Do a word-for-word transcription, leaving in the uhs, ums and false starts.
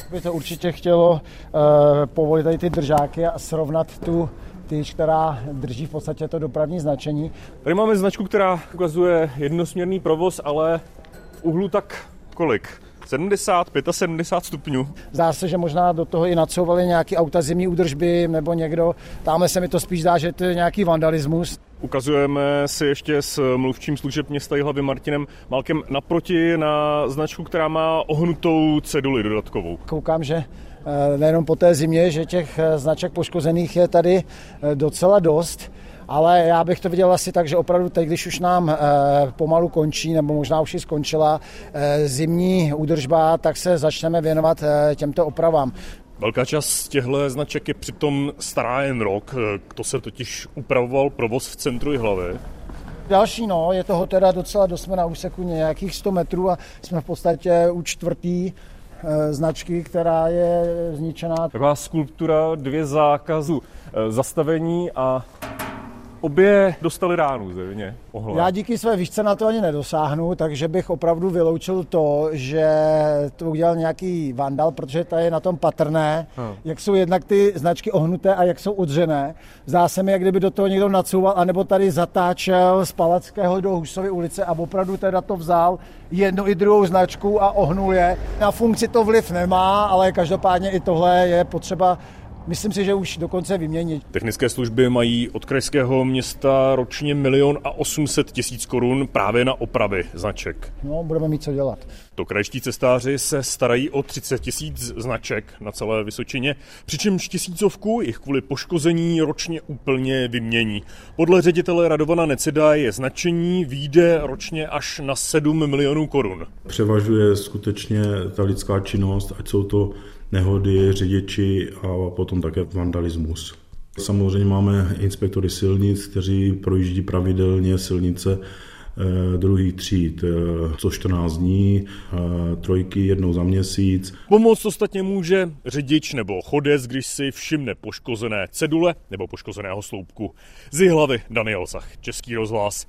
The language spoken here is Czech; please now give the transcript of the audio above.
by to určitě chtělo uh, povolit tady ty držáky a srovnat tu tyč, která drží v podstatě to dopravní značení. Tady máme značku, která ukazuje jednosměrný provoz, ale v úhlu tak kolik? sedmdesát, sedmdesát pět stupňů. Zdá se, že možná do toho i nacouvali nějaký auta zimní údržby nebo někdo. Tamhle se mi to spíš zdá, že to je nějaký vandalismus. Ukazujeme si ještě s mluvčím služeb města Jihlavy Martinem Malkem naproti na značku, která má ohnutou ceduli dodatkovou. Koukám, že nejenom po té zimě, že těch značek poškozených je tady docela dost. Ale já bych to viděl asi tak, že opravdu teď, když už nám e, pomalu končí, nebo možná už i skončila e, zimní údržba, tak se začneme věnovat e, těmto opravám. Velká část těchto značek je přitom stará jen rok, to se totiž upravoval provoz v centru Jihlavy. Další, no, je toho teda docela dost, jsme na úseku nějakých sto metrů a jsme v podstatě u čtvrtý e, značky, která je zničená. Taková skulptura, dvě zákazu e, zastavení a obě dostali ránu zevně. Já díky své výšce na to ani nedosáhnu, takže bych opravdu vyloučil to, že to udělal nějaký vandal, protože to je na tom patrné, hmm. jak jsou jednak ty značky ohnuté a jak jsou odřené. Zdá se mi, jak kdyby do toho někdo nacouval, anebo tady zatáčel z Palackého do Husovy ulice a opravdu teda to vzal jednu i druhou značku a ohnul je. Na funkci to vliv nemá, ale každopádně i tohle je potřeba. Myslím si, že už dokonce vyměnit. Technické služby mají od krajského města ročně milion a osm set tisíc korun právě na opravy značek. No, budeme mít co dělat. To krajští cestáři se starají o třicet tisíc značek na celé Vysočině, přičemž tisícovku jich kvůli poškození ročně úplně vymění. Podle ředitele Radovana Necida je značení vyjde ročně až na sedm milionů korun. Převažuje skutečně ta lidská činnost, ať jsou to nehody, řidiči a potom také vandalismus. Samozřejmě máme inspektory silnic, kteří projíždí pravidelně silnice eh, druhých tříd, eh, co čtrnáct dní, eh, trojky jednou za měsíc. Pomoct ostatně může řidič nebo chodec, když si všimne poškozené cedule nebo poškozeného sloupku. Z Jihlavy Daniel Zach, Český rozhlas.